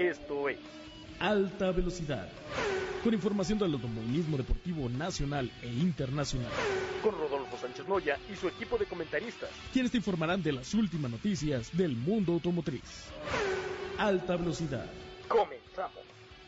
Esto es Alta Velocidad, con información del automovilismo deportivo nacional e internacional, con Rodolfo Sánchez Moya y su equipo de comentaristas, quienes te informarán de las últimas noticias del mundo automotriz. Alta Velocidad. Comenzamos.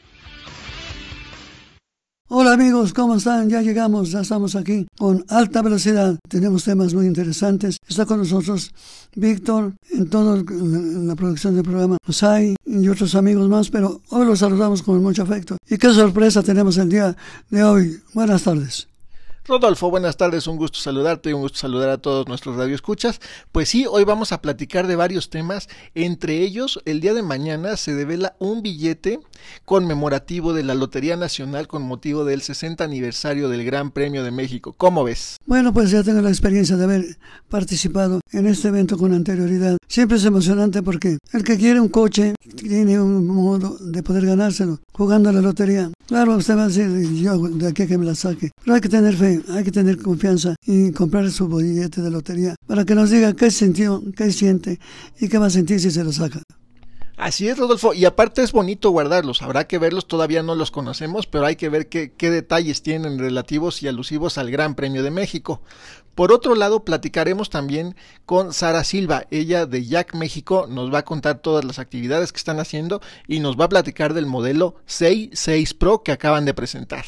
Hola amigos, ¿cómo están? Ya llegamos, ya estamos aquí con Alta Velocidad. Tenemos temas muy interesantes. Está con nosotros Víctor, en toda la producción del programa, Osai y otros amigos más, pero hoy los saludamos con mucho afecto. ¿Y qué sorpresa tenemos el día de hoy? Buenas tardes. Rodolfo, buenas tardes, un gusto saludarte y un gusto saludar a todos nuestros radioescuchas. Pues sí, hoy vamos a platicar de varios temas, entre ellos el día de mañana se devela un billete conmemorativo de la Lotería Nacional con motivo del 60 aniversario del Gran Premio de México. ¿Cómo ves? Bueno, pues ya tengo la experiencia de haber participado en este evento con anterioridad. Siempre es emocionante porque el que quiere un coche tiene un modo de poder ganárselo jugando a la lotería. Claro, usted va a decir, yo de aquí a que me la saque, pero hay que tener fe, hay que tener confianza y comprar su billete de lotería para que nos diga qué sintió, qué siente y qué va a sentir si se lo saca. Así es, Rodolfo, y aparte es bonito guardarlos, habrá que verlos, todavía no los conocemos, pero hay que ver qué detalles tienen relativos y alusivos al Gran Premio de México. Por otro lado, platicaremos también con Sara Silva, ella de Jack México, nos va a contar todas las actividades que están haciendo y nos va a platicar del modelo 6 Pro que acaban de presentar.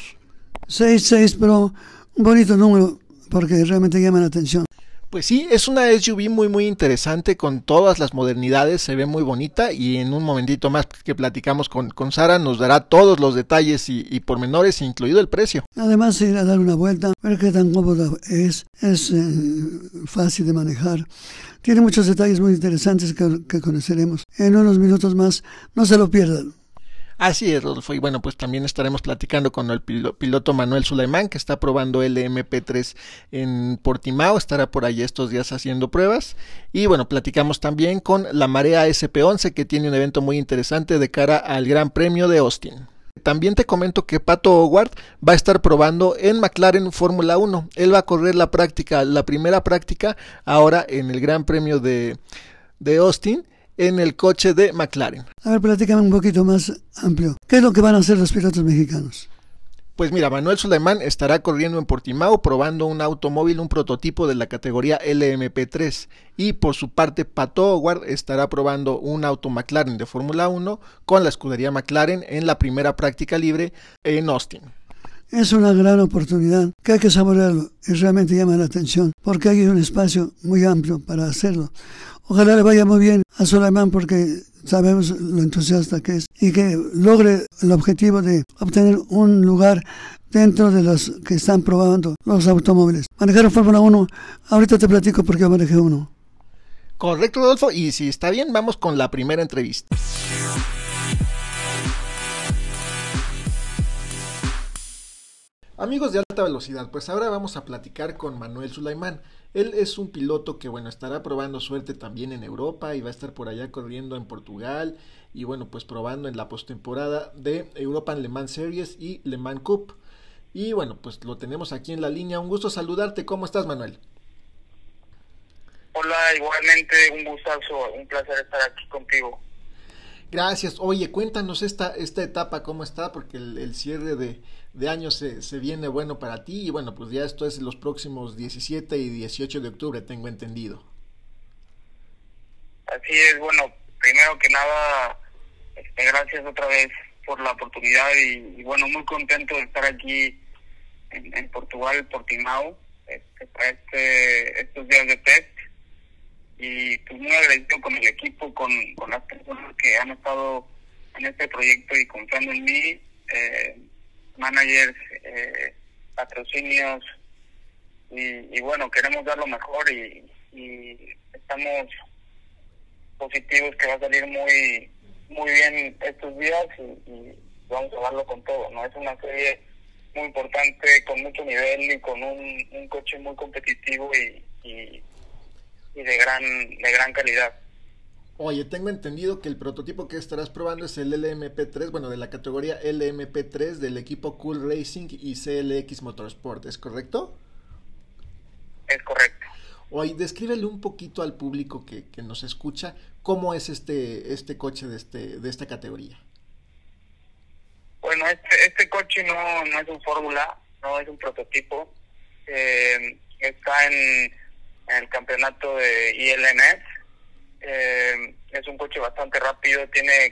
6 Pro, un bonito número porque realmente llama la atención. Pues sí, es una SUV muy interesante con todas las modernidades, se ve muy bonita y en un momentito más que platicamos con Sara nos dará todos los detalles y pormenores, incluido el precio. Además ir a dar una vuelta, ver qué tan cómoda es fácil de manejar. Tiene muchos detalles muy interesantes que conoceremos en unos minutos más, no se lo pierdan. Así es, Rodolfo, y bueno, pues también estaremos platicando con el piloto Manuel Sulaimán, que está probando LMP3 en Portimao, estará por allí estos días haciendo pruebas, y bueno, platicamos también con la Marea SP11, que tiene un evento muy interesante de cara al Gran Premio de Austin. También te comento que Pato O'Ward va a estar probando en McLaren Fórmula 1, él va a correr la primera práctica, ahora en el Gran Premio de Austin, en el coche de McLaren. A ver, platícame un poquito más amplio. ¿Qué es lo que van a hacer los pilotos mexicanos? Pues mira, Manuel Sulaimán estará corriendo en Portimao probando un automóvil, un prototipo de la categoría LMP3 y por su parte Pato O'Ward estará probando un auto McLaren de Fórmula 1 con la escudería McLaren en la primera práctica libre en Austin. Es una gran oportunidad que hay que saborearlo y realmente llama la atención porque hay un espacio muy amplio para hacerlo. Ojalá le vaya muy bien a Sulaimán porque sabemos lo entusiasta que es y que logre el objetivo de obtener un lugar dentro de los que están probando los automóviles. Manejar en Fórmula 1, ahorita te platico porque yo manejé uno. Correcto, Rodolfo, y si está bien, vamos con la primera entrevista. Amigos de Alta Velocidad, pues ahora vamos a platicar con Manuel Sulaimán. Él es un piloto que, bueno, estará probando suerte también en Europa y va a estar por allá corriendo en Portugal y, bueno, pues probando en la postemporada de European Le Mans Series y Le Mans Cup. Y, bueno, pues lo tenemos aquí en la línea. Un gusto saludarte. ¿Cómo estás, Manuel? Hola, igualmente un gustazo, un placer estar aquí contigo. Gracias. Oye, cuéntanos esta etapa, ¿cómo está? Porque el cierre de año se viene bueno para ti y bueno, pues ya esto es los próximos 17 y 18 de octubre, tengo entendido. Así es, bueno, primero que nada, gracias otra vez por la oportunidad y bueno, muy contento de estar aquí en Portugal, Portimao, para estos días de test. Y pues muy agradecido con el equipo, con las personas que han estado en este proyecto y confiando en mí, managers, patrocinios y bueno, queremos dar lo mejor y estamos positivos que va a salir muy bien estos días y vamos a darlo con todo, ¿no? Es una serie muy importante, con mucho nivel y con un coche muy competitivo y de gran calidad. Oye, tengo entendido que el prototipo que estarás probando es el LMP3, bueno, de la categoría LMP3 del equipo Cool Racing y CLX Motorsport, ¿es correcto? Es correcto. Oye, descríbele un poquito al público que nos escucha, ¿cómo es este coche de esta categoría? coche no es un fórmula, no es un prototipo. Está en el campeonato de ILMS. Es un coche bastante rápido, tiene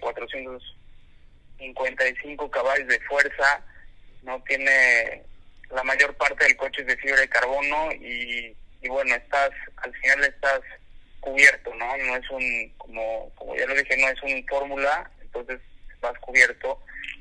455 caballos de fuerza, no tiene, la mayor parte del coche es de fibra de carbono y bueno, al final estás cubierto, ¿no? No es como ya lo dije, no es un fórmula, entonces vas cubierto.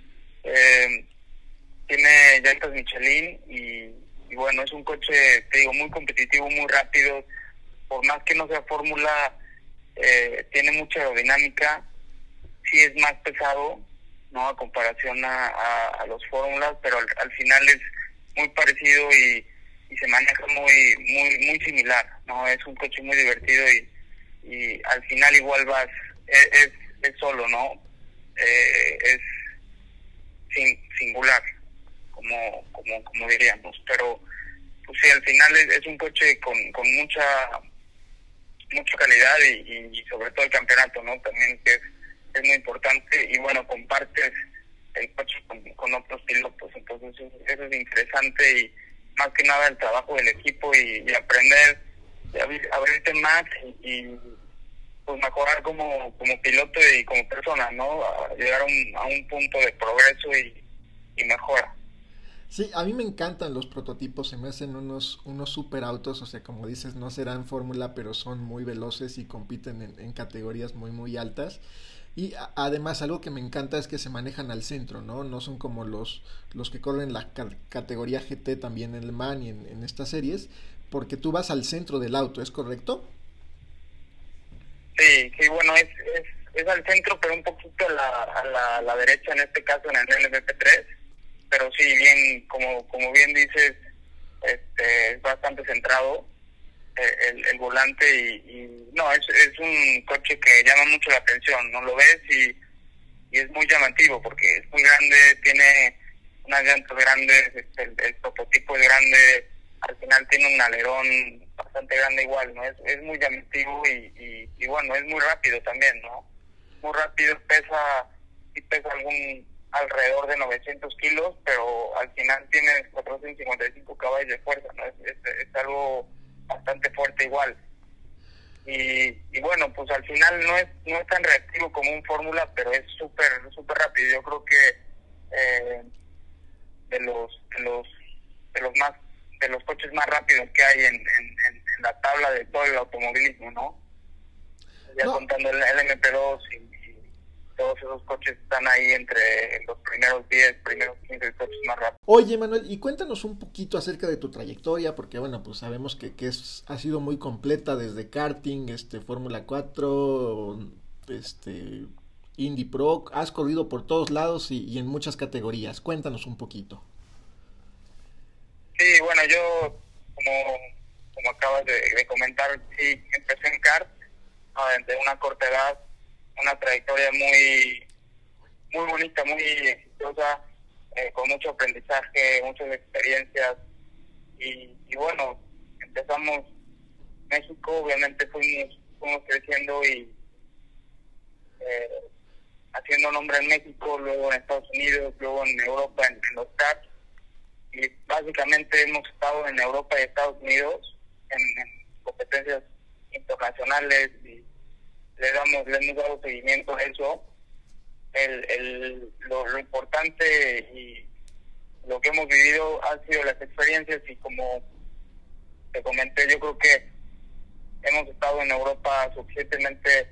Tiene llantas Michelin y bueno, es un coche, te digo, muy competitivo, muy rápido. Por más que no sea fórmula, tiene mucha aerodinámica, sí es más pesado, ¿no? A comparación a los fórmulas, pero al final es muy parecido y se maneja muy similar, ¿no? Es un coche muy divertido y al final igual vas, es solo, ¿no? Es singular, como diríamos, pero pues sí, al final es un coche con mucha calidad y sobre todo el campeonato, ¿no? También que es muy importante y bueno, compartes el coche con otros pilotos, entonces eso es interesante y más que nada el trabajo del equipo y aprender, abrirte más y pues mejorar como piloto y como persona, ¿no? A llegar a un punto de progreso y mejora. Sí, a mí me encantan los prototipos, se me hacen unos super autos, o sea, como dices, no serán fórmula, pero son muy veloces y compiten en categorías muy altas. Y además algo que me encanta es que se manejan al centro, ¿no? No son como los que corren la categoría GT también en el MAN y en estas series, porque tú vas al centro del auto, ¿es correcto? Sí, bueno, es al centro, pero un poquito a la derecha, en este caso en el LMP3, pero sí, bien, como bien dices, es bastante centrado el volante y no, es un coche que llama mucho la atención, ¿no? Lo ves y es muy llamativo porque es muy grande, tiene unas llantas grandes, el prototipo es grande, al final tiene un alerón bastante grande igual, ¿no? Es muy llamativo y bueno, es muy rápido también, ¿no? Muy rápido, pesa alrededor de 900 kilos, pero al final tiene 455 caballos de fuerza, ¿no? Es algo bastante fuerte igual. Y bueno, pues al final no es tan reactivo como un fórmula, pero es súper rápido. Yo creo que de los coches más rápidos que hay en la tabla de todo el automovilismo, ¿no? Ya no. Contando el MP2 y todos esos coches están ahí entre los primeros 10, primeros 15 coches más rápidos. Oye, Manuel, y cuéntanos un poquito acerca de tu trayectoria, porque bueno, pues sabemos que ha sido muy completa desde karting, Fórmula 4, Indy Pro, has corrido por todos lados y en muchas categorías. Cuéntanos un poquito. Sí, bueno, yo, como acabas de comentar, sí, empecé en kart desde una corta edad, una trayectoria muy bonita, muy exitosa, con mucho aprendizaje, muchas experiencias y bueno, empezamos México, obviamente fuimos creciendo y haciendo nombre en México, luego en Estados Unidos, luego en Europa, en los karts, y básicamente hemos estado en Europa y Estados Unidos en competencias internacionales y le hemos dado seguimiento a eso. Lo importante y lo que hemos vivido han sido las experiencias y como te comenté, yo creo que hemos estado en Europa suficientemente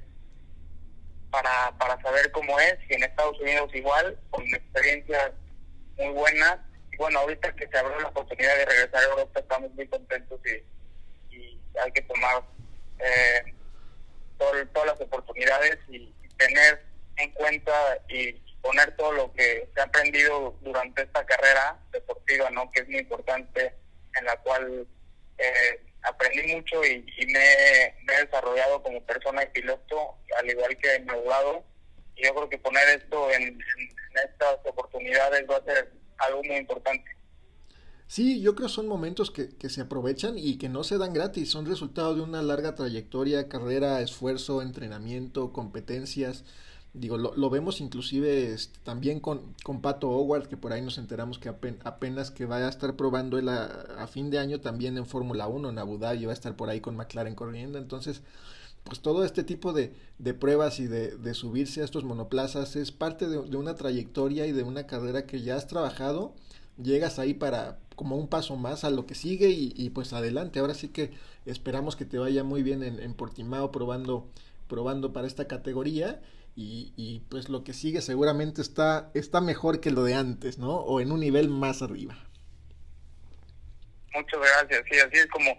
para saber cómo es y en Estados Unidos igual, con experiencias muy buenas. Y bueno, ahorita que se abrió la oportunidad de regresar a Europa estamos muy contentos y hay que tomar todas las oportunidades y tener en cuenta y poner todo lo que se ha aprendido durante esta carrera deportiva, ¿no? Que es muy importante, en la cual aprendí mucho y me he desarrollado como persona y piloto, al igual que en mi lado. Y yo creo que poner esto en estas oportunidades va a ser algo muy importante. Sí, yo creo que son momentos que se aprovechan y que no se dan gratis, son resultado de una larga trayectoria, carrera, esfuerzo, entrenamiento, competencias. Digo, lo vemos inclusive también con Pato O'Ward, que por ahí nos enteramos que apenas que va a estar probando él a fin de año también en Fórmula 1 en Abu Dhabi, va a estar por ahí con McLaren corriendo. Entonces, pues todo este tipo de pruebas y de subirse a estos monoplazas es parte de una trayectoria y de una carrera que ya has trabajado. Llegas ahí para como un paso más a lo que sigue y pues adelante. Ahora sí que esperamos que te vaya muy bien en Portimao probando para esta categoría y pues lo que sigue seguramente está mejor que lo de antes, ¿no? O en un nivel más arriba. Muchas gracias. Sí, así es como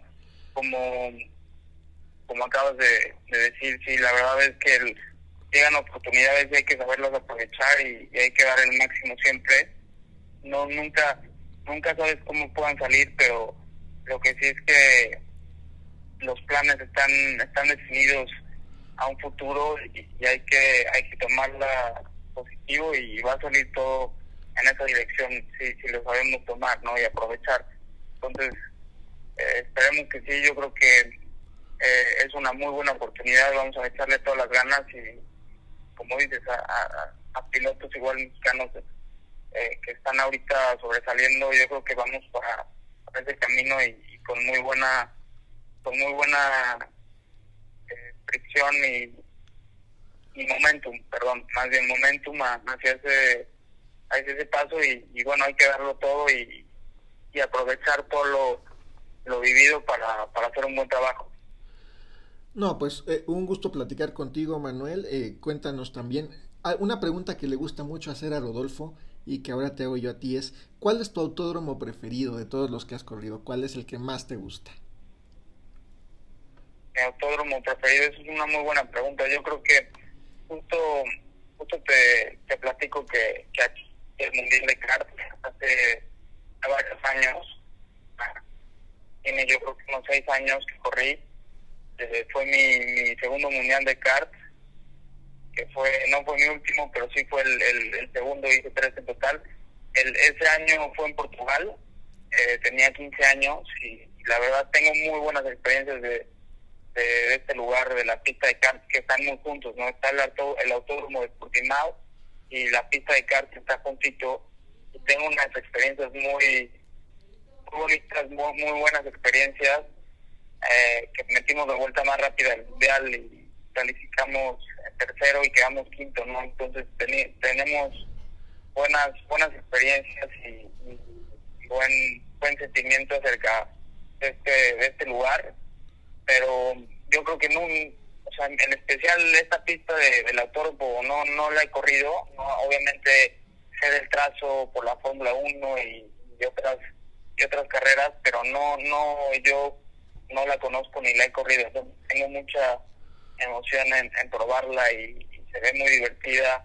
acabas de decir. Sí, la verdad es que llegan oportunidades y hay que saberlas aprovechar y hay que dar el máximo siempre. No, nunca sabes cómo puedan salir, pero lo que sí es que los planes están definidos a un futuro y hay que tomarla positivo y va a salir todo en esa dirección si lo sabemos tomar, ¿no? Y aprovechar. Entonces, esperemos que sí. Yo creo que es una muy buena oportunidad. Vamos a echarle todas las ganas y, como dices, a pilotos igual mexicanos que están ahorita sobresaliendo. Yo creo que vamos para ese camino y con muy buena fricción y momentum, más bien momentum hacia ese paso y bueno, hay que darlo todo y aprovechar todo lo vivido para hacer un buen trabajo. No, pues un gusto platicar contigo, Manuel. Cuéntanos también, una pregunta que le gusta mucho hacer a Rodolfo y que ahora te hago yo a ti es, ¿cuál es tu autódromo preferido de todos los que has corrido? ¿Cuál es el que más te gusta? Mi autódromo preferido, es una muy buena pregunta. Yo creo que justo te platico que aquí el Mundial de Kart hace varios años, tiene yo creo que unos 6 años que corrí, fue mi segundo Mundial de Kart, que no fue mi último, pero sí fue el segundo, hice 3 en total. Ese año fue en Portugal, tenía 15 años y la verdad tengo muy buenas experiencias de este lugar, de la pista de kart, que están muy juntos, ¿no? Está el autódromo de Portimao y la pista de kart está juntito y tengo unas experiencias muy bonitas, muy buenas experiencias, que metimos la vuelta más rápida del mundial y calificamos tercero y quedamos quinto, ¿no? Entonces tenemos buenas experiencias y buen sentimiento acerca de este lugar, pero yo creo que en especial esta pista del autódromo no la he corrido, ¿no? Obviamente sé del trazo por la Fórmula 1 y otras carreras, pero yo no la conozco ni la he corrido. Entonces, tengo mucha emoción en probarla y se ve muy divertida.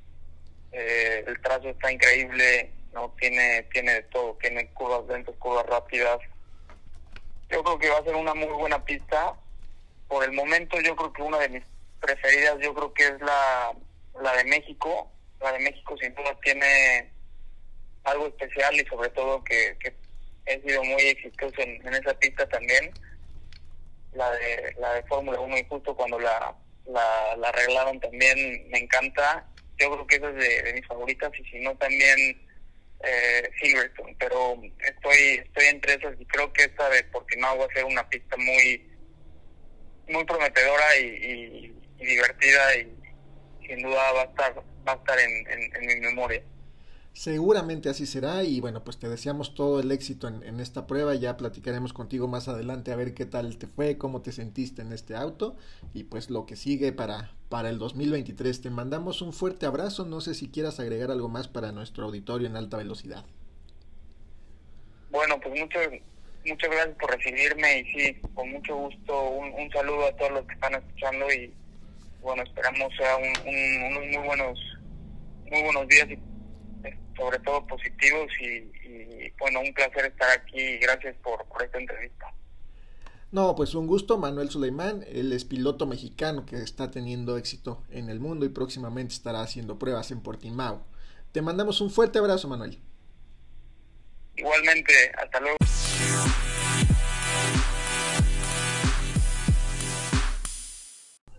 El trazo está increíble, no tiene de todo, tiene curvas lentas, curvas rápidas. Yo creo que va a ser una muy buena pista. Por el momento yo creo que una de mis preferidas, yo creo que es la de México. La de México sin duda tiene algo especial y sobre todo que he sido muy exitoso en esa pista también. La de Fórmula 1 y justo cuando la arreglaron también me encanta. Yo creo que esa es de mis favoritas y si no también Silverstone, pero estoy entre esas y creo que esta de Portimao va a ser una pista muy prometedora y divertida y sin duda va a estar en mi memoria. Seguramente así será y bueno, pues te deseamos todo el éxito en esta prueba. Ya platicaremos contigo más adelante a ver qué tal te fue, cómo te sentiste en este auto y pues lo que sigue para el 2023. Te mandamos un fuerte abrazo, no sé si quieras agregar algo más para nuestro auditorio en alta velocidad. Bueno, pues muchas gracias por recibirme y sí, con mucho gusto un saludo a todos los que están escuchando y bueno, esperamos sea unos muy buenos días y sobre todo positivos y bueno, un placer estar aquí. Gracias por esta entrevista. No, pues un gusto, Manuel Suleimán. Él es piloto mexicano que está teniendo éxito en el mundo y próximamente estará haciendo pruebas en Portimao. Te mandamos un fuerte abrazo, Manuel. Igualmente, hasta luego.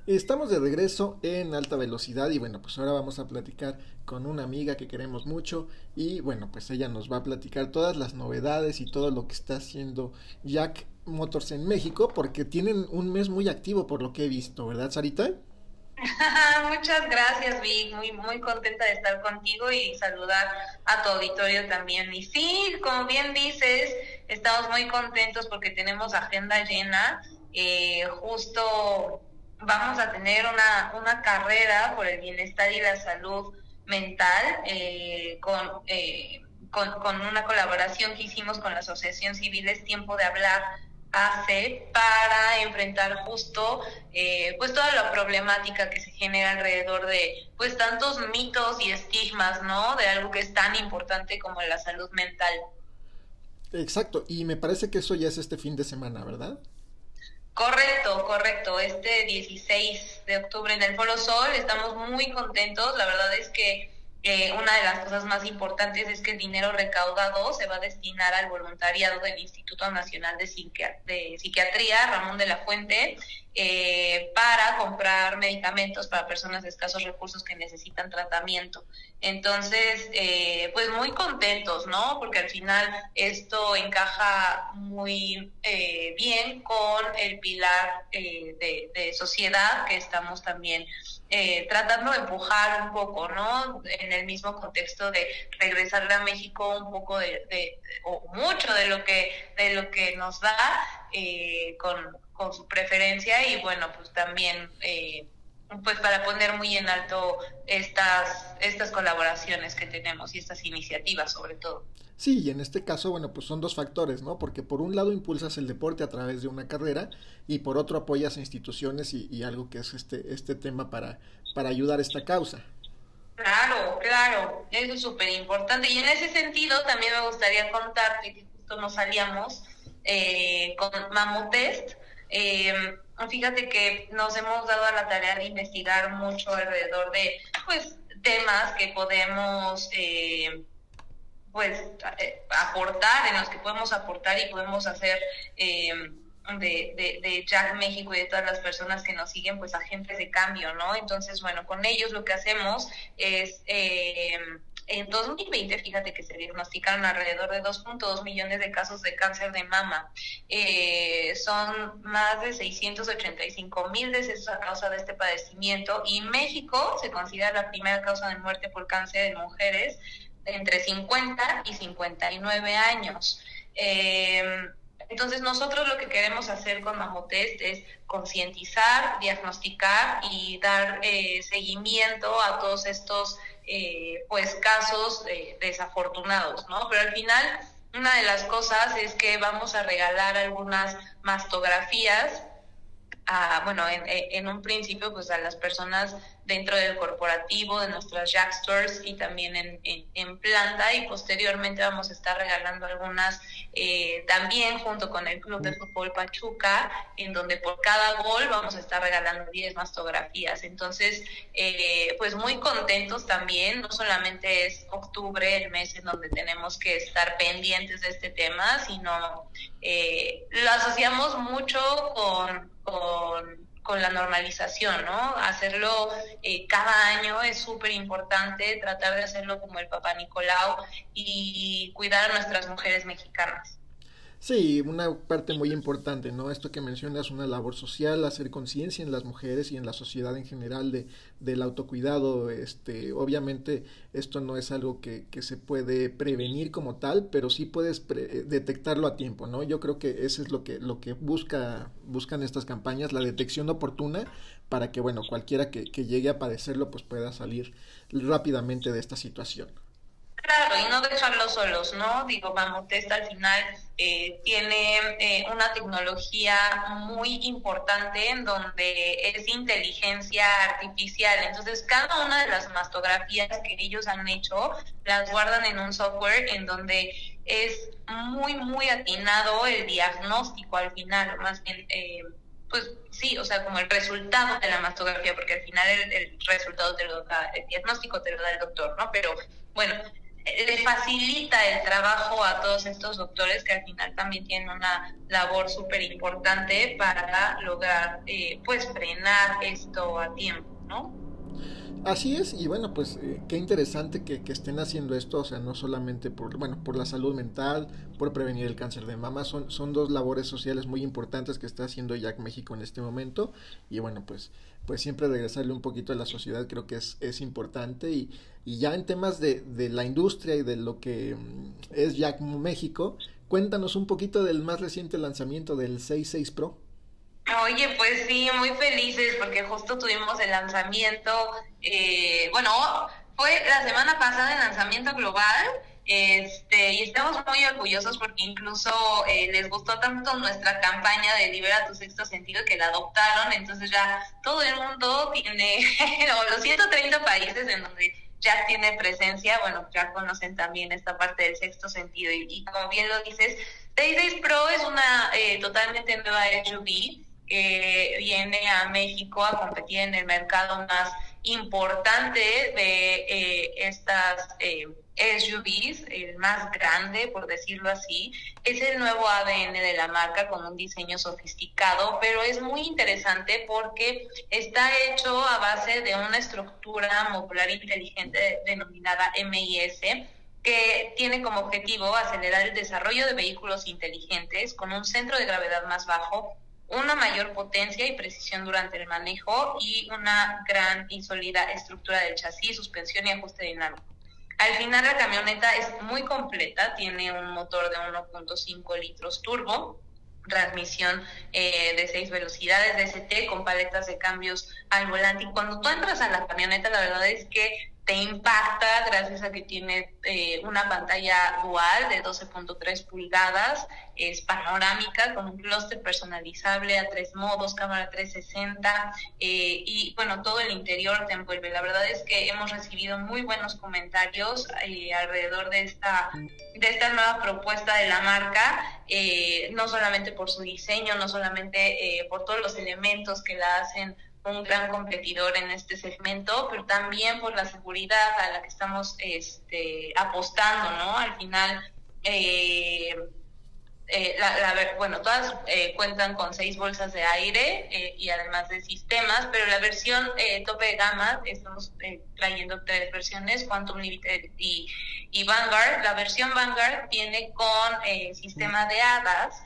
Estamos de regreso en Alta Velocidad y bueno, pues ahora vamos a platicar con una amiga que queremos mucho y bueno, pues ella nos va a platicar todas las novedades y todo lo que está haciendo Jack Motors en México, porque tienen un mes muy activo por lo que he visto, ¿verdad, Sarita? Muchas gracias, Vic, muy contenta de estar contigo y saludar a tu auditorio también. Y sí, como bien dices, estamos muy contentos porque tenemos agenda llena. Justo vamos a tener una carrera por el bienestar y la salud mental con una colaboración que hicimos con la Asociación Civil Es Tiempo de Hablar hace para enfrentar justo pues toda la problemática que se genera alrededor de pues tantos mitos y estigmas, ¿no? De algo que es tan importante como la salud mental. Exacto, y me parece que eso ya es este fin de semana, ¿verdad? Correcto. Este 16 de octubre en el Foro Sol estamos muy contentos. La verdad es que una de las cosas más importantes es que el dinero recaudado se va a destinar al voluntariado del Instituto Nacional de Psiquiatría Ramón de la Fuente para comprar medicamentos para personas de escasos recursos que necesitan tratamiento. Entonces, pues muy contentos, ¿no? Porque al final esto encaja muy bien con el pilar de sociedad que estamos también tratando de empujar un poco, ¿no? En el mismo contexto de regresarle a México un poco o mucho de lo que nos da con su preferencia y bueno, pues también pues para poner muy en alto estas colaboraciones que tenemos y estas iniciativas sobre todo. Sí, y en este caso, bueno, pues son dos factores, ¿no? Porque por un lado impulsas el deporte a través de una carrera y por otro apoyas a instituciones y algo que es este tema para ayudar a esta causa. Claro, eso es súper importante. Y en ese sentido también me gustaría contarte que justo nos salíamos con Mamotest. Fíjate que nos hemos dado a la tarea de investigar mucho alrededor de pues temas que podemos aportar, en los que podemos aportar y podemos hacer de Jack México y de todas las personas que nos siguen, pues agentes de cambio, ¿no? Entonces, bueno, con ellos lo que hacemos es, en 2020, fíjate que se diagnosticaron alrededor de 2.2 millones de casos de cáncer de mama. Son más de 685,000 decesos a causa de este padecimiento y México se considera la primera causa de muerte por cáncer en mujeres entre 50 y 59 años. Entonces nosotros lo que queremos hacer con Mamotest es concientizar, diagnosticar y dar seguimiento a todos estos pues casos desafortunados, ¿no? Pero al final una de las cosas es que vamos a regalar algunas mastografías en un principio pues a las personas dentro del corporativo de nuestras Jack Stores y también en planta, y posteriormente vamos a estar regalando algunas también junto con el Club de Fútbol Pachuca, en donde por cada gol vamos a estar regalando 10 mastografías. Entonces pues muy contentos también. No solamente es octubre el mes en donde tenemos que estar pendientes de este tema, sino lo asociamos mucho con la normalización, ¿no? Hacerlo cada año es súper importante, tratar de hacerlo como el Papá Nicolau y cuidar a nuestras mujeres mexicanas. Sí, una parte muy importante, ¿no? Esto que mencionas, una labor social, hacer conciencia en las mujeres y en la sociedad en general del autocuidado. Obviamente esto no es algo que se puede prevenir como tal, pero sí puedes detectarlo a tiempo, ¿no? Yo creo que eso es lo que buscan estas campañas, la detección oportuna para que, bueno, cualquiera que llegue a padecerlo pues pueda salir rápidamente de esta situación. Claro, y no dejarlos solos, ¿no? Digo, Mamotest al final tiene una tecnología muy importante en donde es inteligencia artificial. Entonces, cada una de las mastografías que ellos han hecho las guardan en un software en donde es muy, muy atinado el diagnóstico al final, más bien... pues sí, o sea, como el resultado de la mastografía, porque al final el resultado te lo da, el diagnóstico te lo da el doctor, ¿no? Pero bueno, le facilita el trabajo a todos estos doctores que al final también tienen una labor súper importante para lograr pues frenar esto a tiempo, ¿no? Así es, y bueno, pues qué interesante que estén haciendo esto, o sea, no solamente por la salud mental, por prevenir el cáncer de mama, son dos labores sociales muy importantes que está haciendo Jack México en este momento, y bueno, pues siempre regresarle un poquito a la sociedad creo que es importante, y ya en temas de la industria y de lo que es Jack México, cuéntanos un poquito del más reciente lanzamiento del 6.6 Pro. Oye, pues sí, muy felices porque justo tuvimos el lanzamiento, fue la semana pasada el lanzamiento global, y estamos muy orgullosos porque incluso les gustó tanto nuestra campaña de Libera tu sexto sentido que la adoptaron, entonces ya todo el mundo tiene, los 130 países en donde ya tiene presencia, bueno, ya conocen también esta parte del sexto sentido y como bien lo dices, 6.6 Pro es una totalmente nueva SUV que viene a México a competir en el mercado más importante de estas SUVs, el más grande, por decirlo así. Es el nuevo ADN de la marca con un diseño sofisticado, pero es muy interesante porque está hecho a base de una estructura modular inteligente denominada MIS, que tiene como objetivo acelerar el desarrollo de vehículos inteligentes con un centro de gravedad más bajo, una mayor potencia y precisión durante el manejo y una gran y sólida estructura del chasis, suspensión y ajuste dinámico. Al final la camioneta es muy completa, tiene un motor de 1.5 litros turbo, transmisión de 6 velocidades DST con paletas de cambios al volante, y cuando tú entras a la camioneta la verdad es que te impacta gracias a que tiene una pantalla dual de 12.3 pulgadas, es panorámica con un clúster personalizable a 3 modos, cámara 360 y bueno, todo el interior te envuelve. La verdad es que hemos recibido muy buenos comentarios alrededor de esta nueva propuesta de la marca, no solamente por su diseño, no solamente por todos los elementos que la hacen un gran competidor en este segmento, pero también por la seguridad a la que estamos apostando, ¿no? Al final, todas cuentan con 6 bolsas de aire y además de sistemas, pero la versión tope de gama, estamos trayendo 3 versiones, Quantum Limited y Vanguard. La versión Vanguard viene con sistema de ADAS,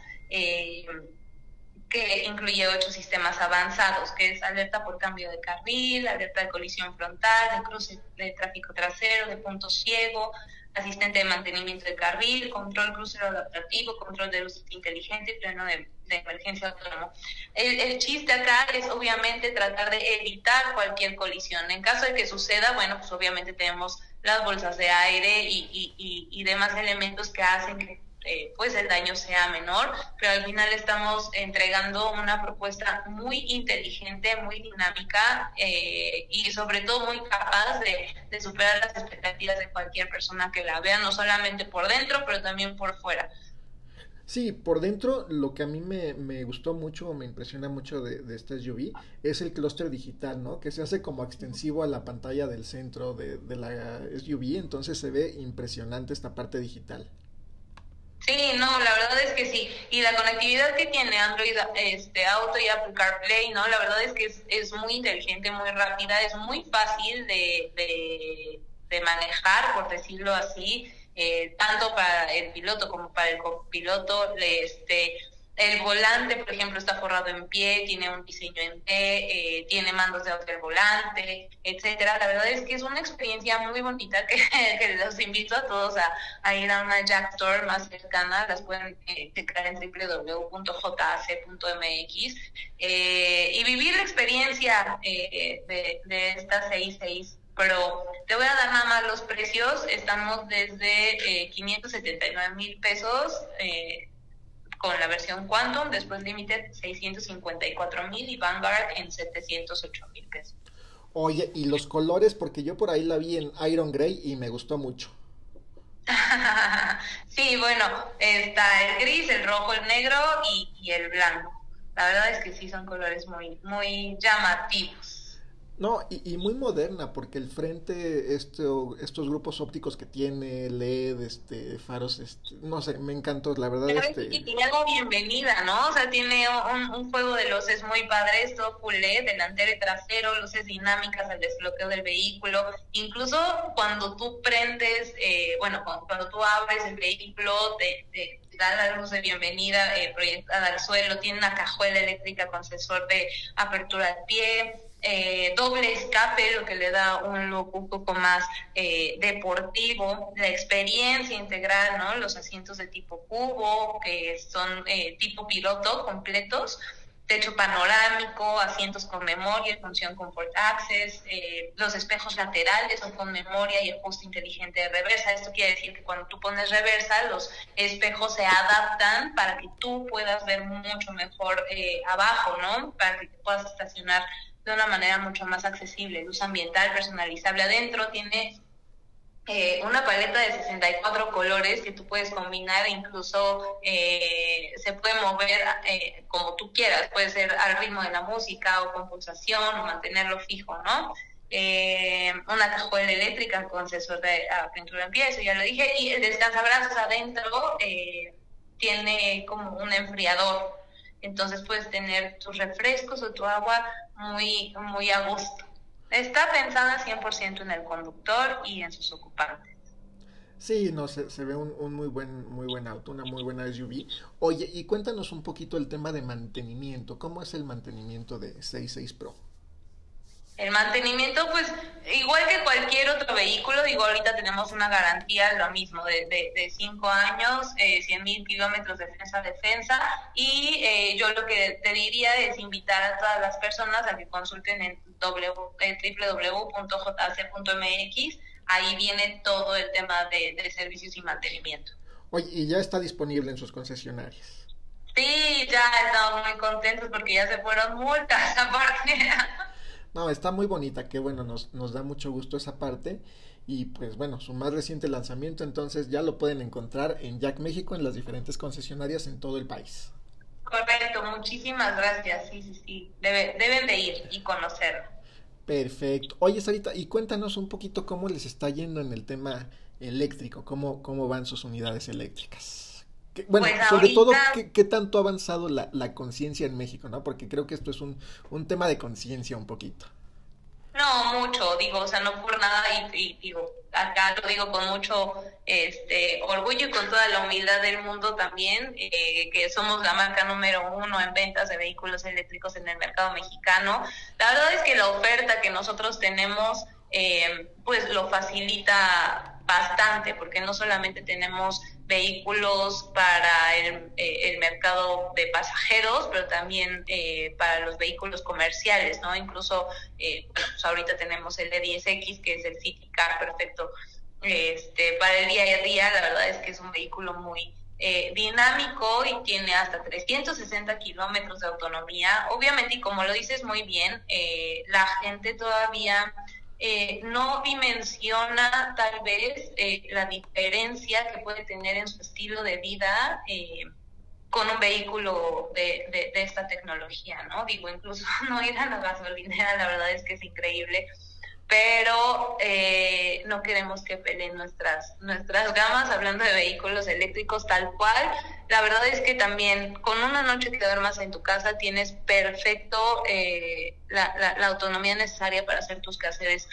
que incluye 8 sistemas avanzados, que es alerta por cambio de carril, alerta de colisión frontal, de cruce de tráfico trasero, de punto ciego, asistente de mantenimiento de carril, control crucero adaptativo, control de luz inteligente, freno de emergencia autónomo. El chiste acá es obviamente tratar de evitar cualquier colisión. En caso de que suceda, bueno, pues obviamente tenemos las bolsas de aire y demás elementos que hacen que pues el daño sea menor, pero al final estamos entregando una propuesta muy inteligente, muy dinámica y sobre todo muy capaz de superar las expectativas de cualquier persona que la vea, no solamente por dentro, pero también por fuera. Sí, por dentro lo que a mí me gustó mucho, me impresiona mucho de esta SUV es el clúster digital, ¿no? Que se hace como extensivo a la pantalla del centro de la SUV, entonces se ve impresionante esta parte digital. Sí, no, la verdad es que sí. Y la conectividad que tiene Android Auto y Apple CarPlay, ¿no? La verdad es que es muy inteligente, muy rápida, es muy fácil de manejar, por decirlo así, tanto para el piloto como para el copiloto. El volante, por ejemplo, está forrado en pie, tiene un diseño en T, tiene mandos de auto al volante, etcétera. La verdad es que es una experiencia muy bonita que los invito a todos a ir a una Jack Store más cercana. Las pueden checar en www.jac.mx y vivir la experiencia de esta 6.6 Pro. Te voy a dar nada más los precios. Estamos desde 579,000 pesos con la versión Quantum, después Limited 654,000 y Vanguard en 708,000 pesos. Oye, ¿y los colores? Porque yo por ahí la vi en Iron Grey y me gustó mucho. Sí, bueno, está el gris, el rojo, el negro y el blanco. La verdad es que sí son colores muy, muy llamativos. No, y muy moderna, porque el frente, estos grupos ópticos que tiene, LED, faros, no sé, me encantó, la verdad. Y tiene algo bienvenida, ¿no? O sea, tiene un juego de luces muy padre, es todo full LED, delantero y trasero, luces dinámicas al desbloqueo del vehículo. Incluso cuando tú prendes, cuando tú abres el vehículo, te da la luz de bienvenida proyectada al suelo, tiene una cajuela eléctrica con sensor de apertura al pie, doble escape, lo que le da un look un poco más deportivo, la experiencia integral, ¿no? Los asientos de tipo cubo, que son tipo piloto completos, techo panorámico, asientos con memoria, función Comfort Access, los espejos laterales son con memoria y ajuste inteligente de reversa. Esto quiere decir que cuando tú pones reversa, los espejos se adaptan para que tú puedas ver mucho mejor abajo, ¿no? Para que te puedas estacionar de una manera mucho más accesible. Luz ambiental personalizable adentro, tiene una paleta de 64 colores que tú puedes combinar, incluso se puede mover como tú quieras, puede ser al ritmo de la música o con pulsación o mantenerlo fijo, ¿no? Una cajuela eléctrica con sensor de apertura en pie, eso ya lo dije, y el descansabrazos adentro tiene como un enfriador, entonces puedes tener tus refrescos o tu agua muy, muy a gusto. Está pensada 100% en el conductor y en sus ocupantes. Sí, no, se ve un muy buen auto, una muy buena SUV. Oye, y cuéntanos un poquito el tema de mantenimiento. ¿Cómo es el mantenimiento de 66 Pro? El mantenimiento, pues, igual que cualquier otro vehículo, digo, ahorita tenemos una garantía, lo mismo, de 5 años, 100,000 kilómetros de defensa, y yo lo que te diría es invitar a todas las personas a que consulten en www.jc.mx, ahí viene todo el tema de servicios y mantenimiento. Oye, ¿y ya está disponible en sus concesionarias? Sí, ya estamos muy contentos porque ya se fueron multas aparte. No, está muy bonita, que bueno, nos da mucho gusto esa parte. Y pues bueno, su más reciente lanzamiento, entonces ya lo pueden encontrar en Jack México, en las diferentes concesionarias en todo el país. Correcto, muchísimas gracias, sí, deben de ir y conocerlo. Perfecto. Oye, Sarita, y cuéntanos un poquito cómo les está yendo en el tema eléctrico, cómo van sus unidades eléctricas. Bueno, pues sobre ahorita, todo, ¿qué tanto ha avanzado la conciencia en México, ¿no? Porque creo que esto es un tema de conciencia un poquito. No, mucho, digo, o sea, no por nada, y digo, acá lo digo con mucho orgullo y con toda la humildad del mundo también, que somos la marca número 1 en ventas de vehículos eléctricos en el mercado mexicano. La verdad es que la oferta que nosotros tenemos, pues lo facilita bastante, porque no solamente tenemos vehículos para el mercado de pasajeros, pero también para los vehículos comerciales, ¿no? Incluso, pues ahorita tenemos el E10X, que es el City Car perfecto para el día a día. La verdad es que es un vehículo muy dinámico y tiene hasta 360 kilómetros de autonomía. Obviamente, y como lo dices muy bien, la gente todavía no dimensiona tal vez la diferencia que puede tener en su estilo de vida con un vehículo de esta tecnología, ¿no? Digo, incluso no ir a la gasolinera, la verdad es que es increíble, pero no queremos que peleen nuestras gamas hablando de vehículos eléctricos tal cual. La verdad es que también con una noche que duermas en tu casa tienes perfecto la autonomía necesaria para hacer tus quehaceres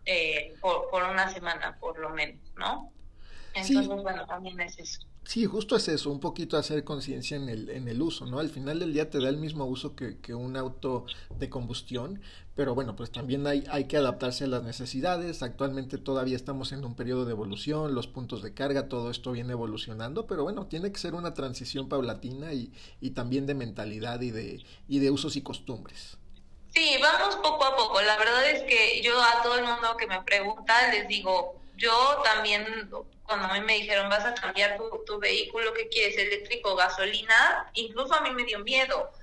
por una semana por lo menos, ¿no? Entonces, sí. Bueno, también es eso. Sí, justo es eso, un poquito hacer conciencia en el uso, ¿no? Al final del día te da el mismo uso que un auto de combustión, pero bueno, pues también hay que adaptarse a las necesidades. Actualmente todavía estamos en un periodo de evolución, los puntos de carga, todo esto viene evolucionando, pero bueno, tiene que ser una transición paulatina y también de mentalidad y de usos y costumbres. Sí, vamos poco a poco. La verdad es que yo a todo el mundo que me pregunta les digo, yo también, cuando a mí me dijeron, vas a cambiar tu vehículo, ¿qué quieres, eléctrico o gasolina? Incluso a mí me dio miedo,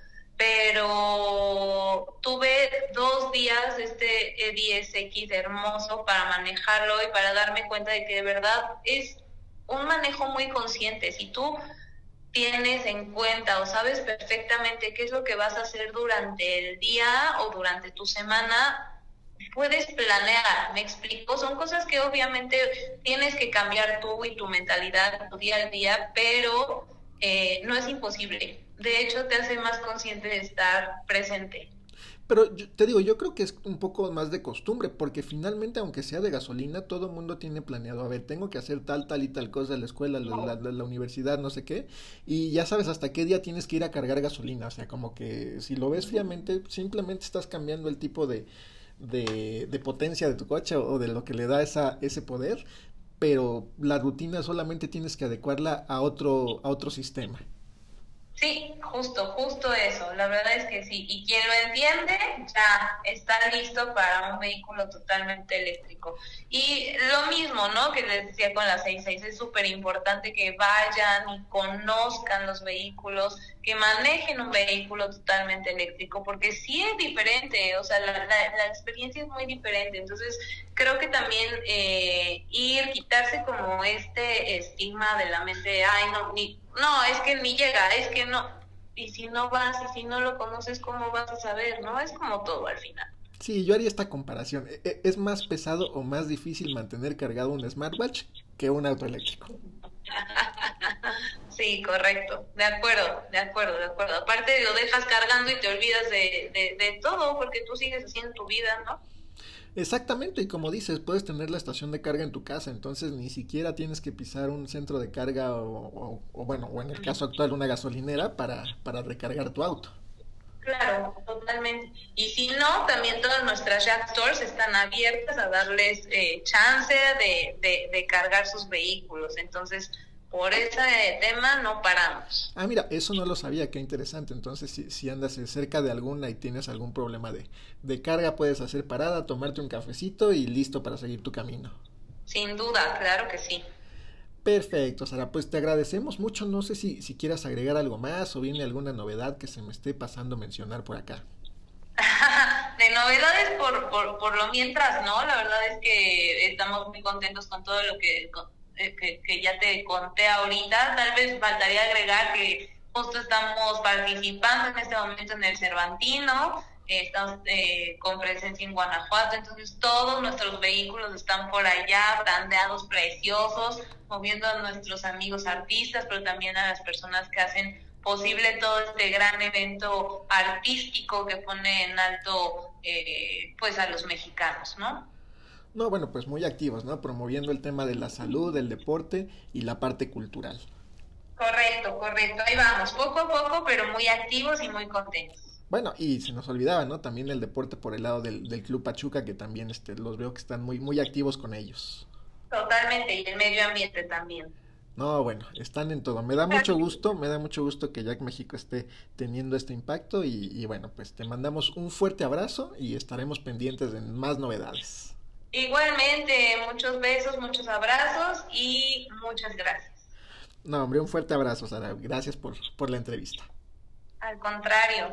pero tuve 2 días este E10X hermoso para manejarlo y para darme cuenta de que de verdad es un manejo muy consciente. Si tú tienes en cuenta o sabes perfectamente qué es lo que vas a hacer durante el día o durante tu semana, puedes planear, ¿me explico? Son cosas que obviamente tienes que cambiar tú y tu mentalidad, tu día al día, pero no es imposible. De hecho, te hace más consciente de estar presente. Pero te digo, yo creo que es un poco más de costumbre, porque finalmente, aunque sea de gasolina, todo el mundo tiene planeado, a ver, tengo que hacer tal y tal cosa en la escuela, la universidad, no sé qué, y ya sabes hasta qué día tienes que ir a cargar gasolina, o sea, como que si lo ves fríamente, simplemente estás cambiando el tipo de potencia de tu coche o de lo que le da ese poder, pero la rutina solamente tienes que adecuarla a otro sistema. Sí, justo eso, la verdad es que sí, y quien lo entiende ya está listo para un vehículo totalmente eléctrico. Y lo mismo, ¿no?, que les decía con la 66, es súper importante que vayan y conozcan los vehículos, que manejen un vehículo totalmente eléctrico, porque sí es diferente, o sea, la experiencia es muy diferente. Entonces creo que también quitarse como este estigma de la mente, ay, no, es que ni llega, es que no. Y si no vas, y si no lo conoces, ¿cómo vas a saber? ¿No? Es como todo al final. Sí, yo haría esta comparación. ¿Es más pesado o más difícil mantener cargado un smartwatch que un auto eléctrico? Sí, correcto. De acuerdo. Aparte lo dejas cargando y te olvidas de todo, porque tú sigues haciendo tu vida, ¿no? Exactamente, y como dices, puedes tener la estación de carga en tu casa, entonces ni siquiera tienes que pisar un centro de carga o en el caso actual una gasolinera para recargar tu auto. Claro, totalmente. Y si no, también todas nuestras Jack Stores están abiertas a darles chance de cargar sus vehículos. Entonces, por ese tema no paramos. Ah, mira, eso no lo sabía, qué interesante. Entonces, si andas cerca de alguna y tienes algún problema de carga, puedes hacer parada, tomarte un cafecito y listo para seguir tu camino. Sin duda, claro que sí. Perfecto, Sara, pues te agradecemos mucho. No sé si quieras agregar algo más o viene alguna novedad que se me esté pasando a mencionar por acá. De novedades por lo mientras, ¿no? La verdad es que estamos muy contentos con todo lo que ya te conté ahorita. Tal vez faltaría agregar que justo estamos participando en este momento en el Cervantino. Estamos con presencia en Guanajuato, entonces todos nuestros vehículos están por allá, brandeados preciosos, moviendo a nuestros amigos artistas, pero también a las personas que hacen posible todo este gran evento artístico que pone en alto pues a los mexicanos, ¿no? No, bueno, pues muy activos, ¿no? Promoviendo el tema de la salud, del deporte y la parte cultural. Correcto, ahí vamos, poco a poco, pero muy activos y muy contentos. Bueno, y se nos olvidaba, ¿no? También el deporte por el lado del Club Pachuca, que también los veo que están muy activos con ellos. Totalmente, y el medio ambiente también. No, bueno, están en todo. Me da mucho gusto que Jack México esté teniendo este impacto y bueno, pues te mandamos un fuerte abrazo y estaremos pendientes de más novedades. Igualmente, muchos besos, muchos abrazos y muchas gracias. No, hombre, un fuerte abrazo, Sara. Gracias por la entrevista. Al contrario.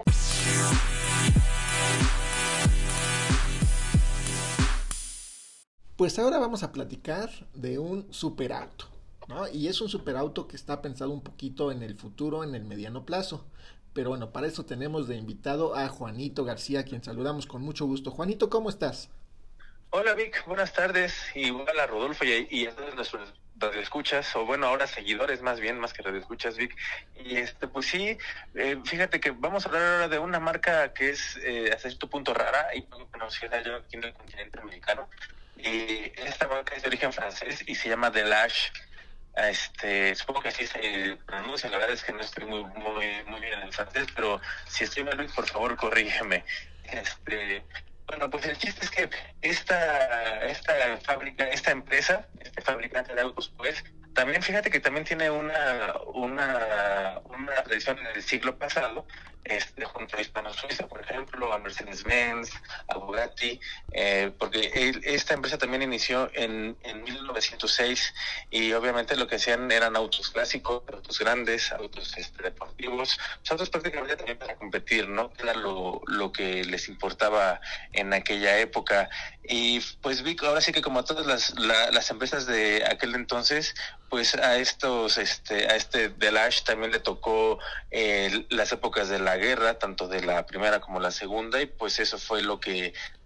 Pues ahora vamos a platicar de un superauto, ¿no? Y es un superauto que está pensado un poquito en el futuro, en el mediano plazo. Pero bueno, para eso tenemos de invitado a Juanito García, a quien saludamos con mucho gusto. Juanito, ¿cómo estás? Hola Vic, buenas tardes, igual a Rodolfo y a todos nuestros radioescuchas, o bueno, ahora seguidores más que radioescuchas, Vic. Y pues sí, fíjate que vamos a hablar ahora de una marca que es hasta cierto punto rara y poco conocida yo aquí en el continente americano. Y esta marca es de origen francés y se llama Delage. Supongo que así se pronuncia, la verdad es que no estoy muy bien en el francés, pero si estoy mal, Luis, por favor, corrígeme. Bueno, pues el chiste es que esta fábrica, esta empresa, este fabricante de autos, pues, también fíjate que también tiene una tradición en el siglo pasado, junto a Hispano-Suiza, por ejemplo, a Mercedes-Benz, a Bugatti, porque esta empresa también inició en 1906 y obviamente lo que hacían eran autos clásicos, autos grandes, autos deportivos, autos prácticamente también para competir, ¿no? Era lo que les importaba en aquella época. Y pues vi ahora sí que como todas las empresas de aquel entonces, pues a este Delage también le tocó las épocas de la guerra, tanto de la primera como la segunda, y pues eso fue lo que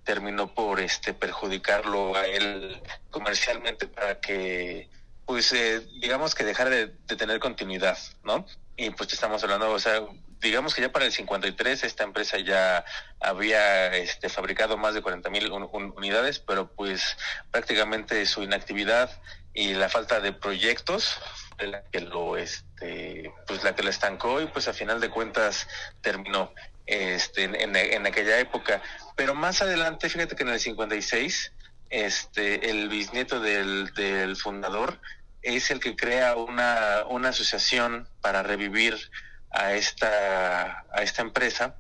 terminó por perjudicarlo a él comercialmente para que pues digamos que dejara de tener continuidad, ¿no? Y pues estamos hablando, o sea, digamos que ya para el 53 esta empresa ya había fabricado más de 40,000 unidades, pero pues prácticamente su inactividad y la falta de proyectos de la que pues la que lo estancó, y pues a final de cuentas terminó en aquella época. Pero más adelante, fíjate que en el 56 el bisnieto del fundador es el que crea una asociación para revivir a esta empresa,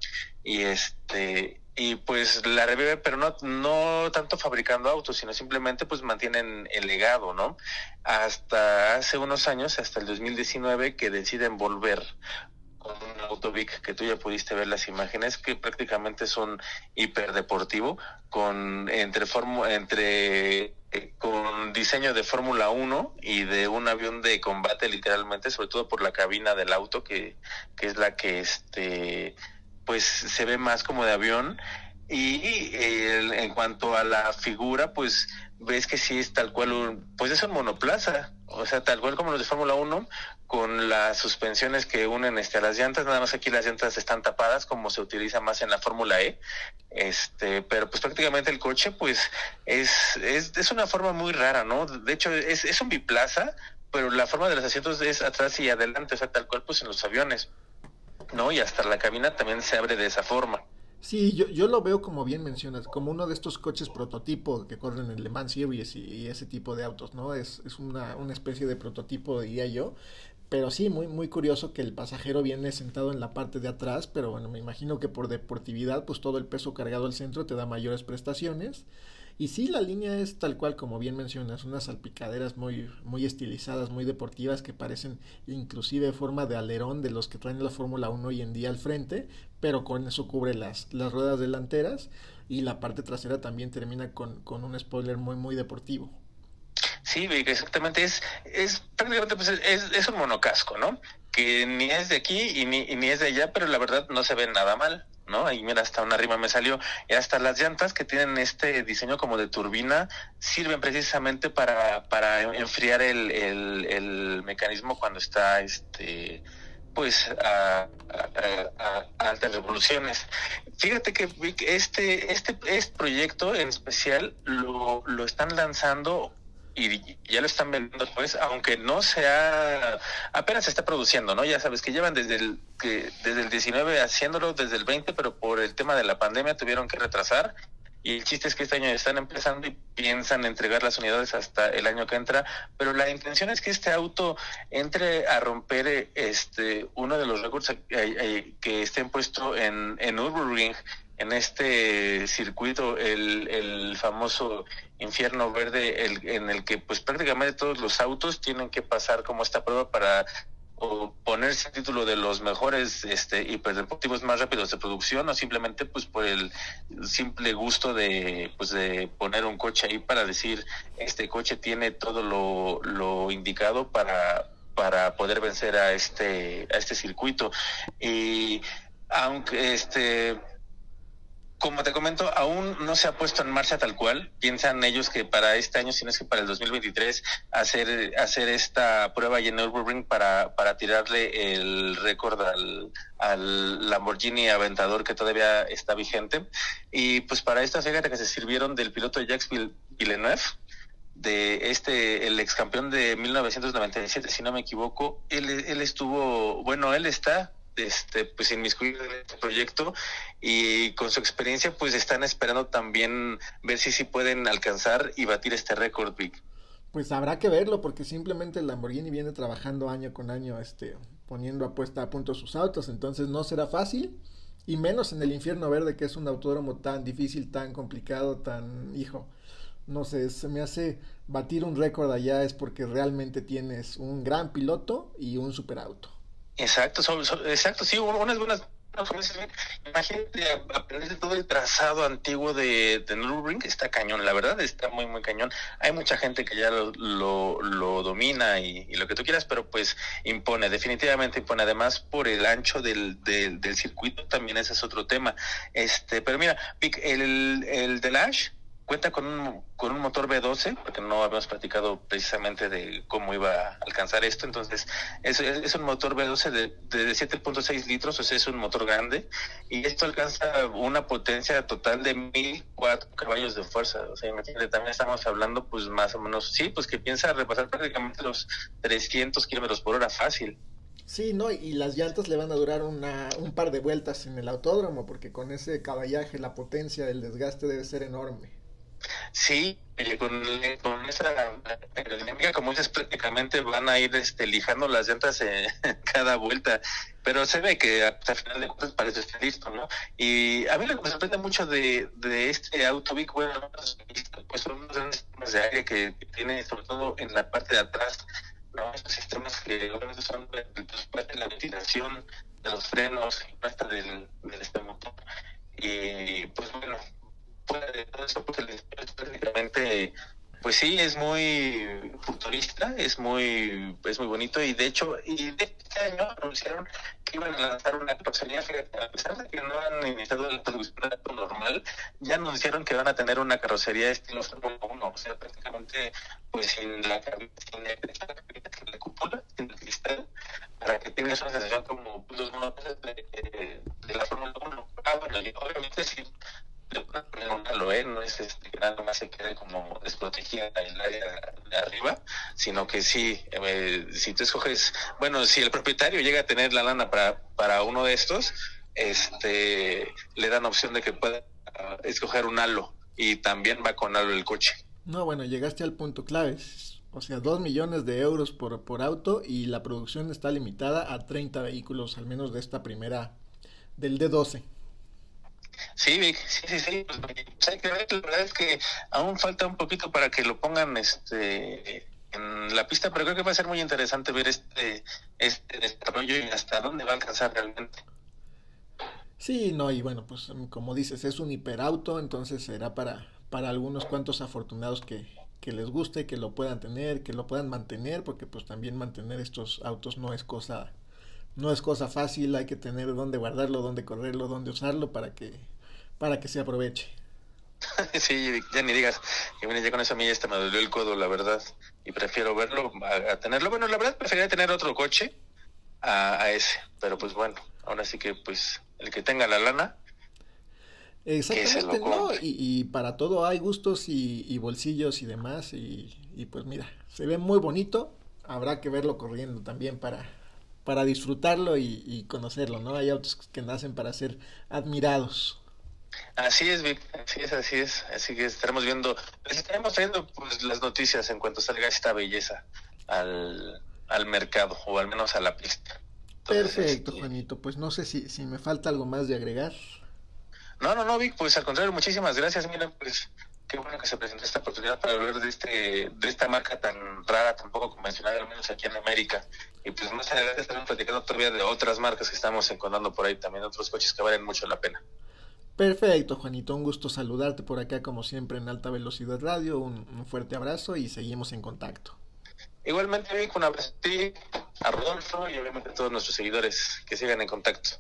y pues la revive, pero no tanto fabricando autos, sino simplemente pues mantienen el legado, ¿no? Hasta hace unos años, hasta el 2019, que deciden volver con un auto Vic, que tú ya pudiste ver las imágenes, que prácticamente es un hiperdeportivo con diseño de Fórmula 1 y de un avión de combate, literalmente, sobre todo por la cabina del auto, que es la que pues se ve más como de avión. Y en cuanto a la figura, pues ves que sí es tal cual pues es un monoplaza, o sea, tal cual como los de Fórmula 1, con las suspensiones que unen a las llantas. Nada más aquí las llantas están tapadas, como se utiliza más en la Fórmula E, pero pues prácticamente el coche pues es una forma muy rara, ¿no? De hecho es un biplaza, pero la forma de los asientos es atrás y adelante, o sea, tal cual pues en los aviones, ¿no? Y hasta la cabina también se abre de esa forma. Sí, yo lo veo, como bien mencionas, como uno de estos coches prototipo que corren en Le Mans Series y ese tipo de autos, ¿no? Es una especie de prototipo, diría yo. Pero sí, muy, muy curioso que el pasajero viene sentado en la parte de atrás, pero bueno, me imagino que por deportividad, pues todo el peso cargado al centro te da mayores prestaciones. Y sí, la línea es tal cual, como bien mencionas, unas salpicaderas muy, muy estilizadas, muy deportivas, que parecen inclusive forma de alerón de los que traen la Fórmula 1 hoy en día al frente, pero con eso cubre las ruedas delanteras, y la parte trasera también termina con un spoiler muy, muy deportivo. Sí, exactamente, es prácticamente pues es un monocasco, ¿no? Que ni es de aquí y ni es de allá, pero la verdad no se ve nada mal, ¿no? Y mira, hasta una rima me salió. Y hasta las llantas, que tienen este diseño como de turbina, sirven precisamente para enfriar el mecanismo cuando está pues a altas revoluciones. Fíjate que este proyecto en especial lo están lanzando y ya lo están vendiendo, pues, aunque no apenas se está produciendo, ¿no? Ya sabes que llevan desde el 19 haciéndolo, desde el 20, pero por el tema de la pandemia tuvieron que retrasar, y el chiste es que este año están empezando y piensan entregar las unidades hasta el año que entra, pero la intención es que este auto entre a romper uno de los récords que estén puesto en Nürburgring, en este circuito, el famoso infierno verde, en el que pues prácticamente todos los autos tienen que pasar como esta prueba para ponerse el título de los mejores hiperdeportivos más rápidos de producción, o simplemente pues por el simple gusto de poner un coche ahí para decir este coche tiene todo lo indicado para poder vencer a este circuito. Y aunque como te comento, aún no se ha puesto en marcha tal cual. Piensan ellos que para este año, si no es que para el 2023, hacer esta prueba ahí en Nürburgring para tirarle el récord al Lamborghini Aventador, que todavía está vigente. Y pues para esto, fíjate que se sirvieron del piloto Jacques Villeneuve, de el ex campeón de 1997, si no me equivoco. Él está pues inmiscuido en este proyecto, y con su experiencia pues están esperando también ver si pueden alcanzar y batir este récord, Vic. Pues habrá que verlo, porque simplemente el Lamborghini viene trabajando año con año poniendo a punto sus autos, entonces no será fácil, y menos en el infierno verde, que es un autódromo tan difícil, tan complicado, no sé, se me hace batir un récord allá es porque realmente tienes un gran piloto y un superauto. Exacto, exacto, sí, unas buenas no, como dices bien, imagínate aprender todo el trazado antiguo de Nürburgring, está cañón, la verdad está muy, muy cañón. Hay mucha gente que ya lo domina y lo que tú quieras, pero pues impone, definitivamente impone, además por el ancho del circuito, también ese es otro tema. Pero mira, Vic, el Delage cuenta con un motor V12, porque no habíamos platicado precisamente de cómo iba a alcanzar esto. Entonces es un motor V12 de 7.6 litros, o sea, es un motor grande, y esto alcanza una potencia total de 1,004 caballos de fuerza. O sea, imagínate, también estamos hablando pues más o menos, sí, pues que piensa repasar prácticamente los 300 kilómetros por hora fácil. Sí, ¿no? Y las llantas le van a durar un par de vueltas en el autódromo, porque con ese caballaje la potencia del desgaste debe ser enorme. Sí, con esa aerodinámica, como dices, prácticamente van a ir lijando las llantas cada vuelta, pero se ve que hasta el final de cuentas parece estar listo, ¿no? Y a mí lo que me sorprende mucho de este auto Vic, bueno, pues son unos grandes sistemas de aire que tiene, sobre todo en la parte de atrás, ¿no? Estos sistemas que obviamente son parte de la ventilación, de los frenos, y parte del motor. Y pues bueno, fuera de todo eso, pues el diseño es prácticamente, pues sí, es muy futurista, es muy bonito, y de hecho, este año anunciaron que iban a lanzar una carrocería, fíjate, a pesar de que no han iniciado la producción de auto normal, ya anunciaron que van a tener una carrocería estilo Fórmula 1, o sea, prácticamente, pues sin la cúpula, sin el cristal, para que tengas una sensación como los monoplazas de la Fórmula 1. Bueno, y obviamente sí, una no es que nada más se quede como desprotegida el área de arriba, sino que sí, si tú escoges, bueno, si el propietario llega a tener la lana para uno de estos, le dan opción de que pueda escoger un halo, y también va con halo el coche. No, bueno, llegaste al punto clave. O sea, 2 millones de euros por auto, y la producción está limitada a 30 vehículos, al menos de esta primera, del D12. Sí, Vic, sí, pues hay que ver, la verdad es que aún falta un poquito para que lo pongan en la pista, pero creo que va a ser muy interesante ver este desarrollo y hasta dónde va a alcanzar realmente. Sí, no, y bueno, pues como dices, es un hiperauto, entonces será para algunos cuantos afortunados que les guste, que lo puedan tener, que lo puedan mantener, porque pues también mantener estos autos no es cosa fácil. Hay que tener dónde guardarlo, dónde correrlo, dónde usarlo para que se aproveche. Sí, ya ni digas, que viene ya con eso, a mí me dolió el codo, la verdad, y prefiero verlo a tenerlo. Bueno, la verdad preferiría tener otro coche a ese, pero pues bueno, ahora sí que pues el que tenga la lana, exactamente, ¿no? Y para todo hay gustos y bolsillos y demás, y pues mira, se ve muy bonito. Habrá que verlo corriendo también para disfrutarlo y conocerlo, ¿no? Hay autos que nacen para ser admirados. Así es, Vic, así es, así que estaremos trayendo pues las noticias en cuanto salga esta belleza al mercado, o al menos a la pista. Entonces, perfecto, Juanito, pues no sé si me falta algo más de agregar. No, Vic, pues al contrario, muchísimas gracias. Mira, pues qué bueno que se presentó esta oportunidad para hablar de esta marca tan rara, tan poco convencional, al menos aquí en América. Y pues más adelante estaremos platicando todavía de otras marcas que estamos encontrando por ahí, también otros coches que valen mucho la pena. Perfecto, Juanito, un gusto saludarte por acá como siempre en Alta Velocidad Radio, un fuerte abrazo y seguimos en contacto. Igualmente, Vic, un abrazo a ti, a Rodolfo y obviamente a todos nuestros seguidores, que sigan en contacto.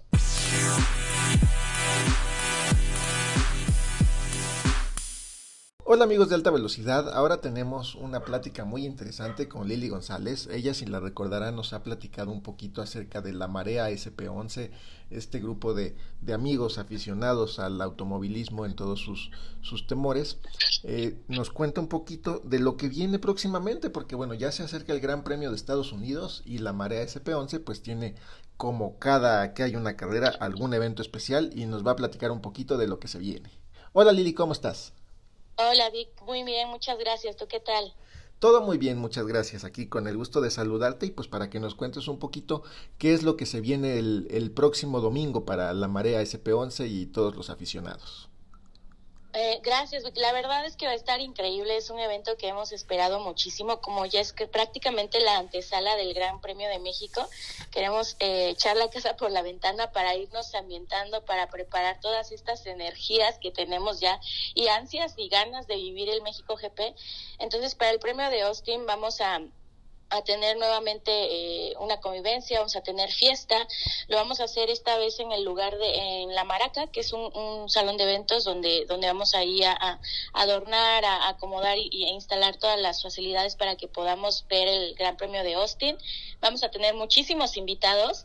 Hola amigos de Alta Velocidad, ahora tenemos una plática muy interesante con Lili González. Ella, si la recordarán, nos ha platicado un poquito acerca de la Marea SP11, este grupo de amigos aficionados al automovilismo en todos sus temores. Nos cuenta un poquito de lo que viene próximamente, porque bueno, ya se acerca el Gran Premio de Estados Unidos y la Marea SP11 pues tiene, como cada que hay una carrera, algún evento especial, y nos va a platicar un poquito de lo que se viene. Hola Lili, ¿cómo estás? Hola Vic, muy bien, muchas gracias. ¿Tú qué tal? Todo muy bien, muchas gracias. Aquí con el gusto de saludarte y pues para que nos cuentes un poquito qué es lo que se viene el próximo domingo para la Marea SP11 y todos los aficionados. Gracias, la verdad es que va a estar increíble, es un evento que hemos esperado muchísimo, como ya es que prácticamente la antesala del Gran Premio de México. Queremos echar la casa por la ventana para irnos ambientando, para preparar todas estas energías que tenemos ya y ansias y ganas de vivir el México GP. Entonces, para el premio de Austin vamos a tener nuevamente una convivencia, vamos a tener fiesta. Lo vamos a hacer esta vez en el lugar en La Maraca, que es un salón de eventos donde vamos ahí a adornar, a acomodar e instalar todas las facilidades para que podamos ver el Gran Premio de Austin. Vamos a tener muchísimos invitados,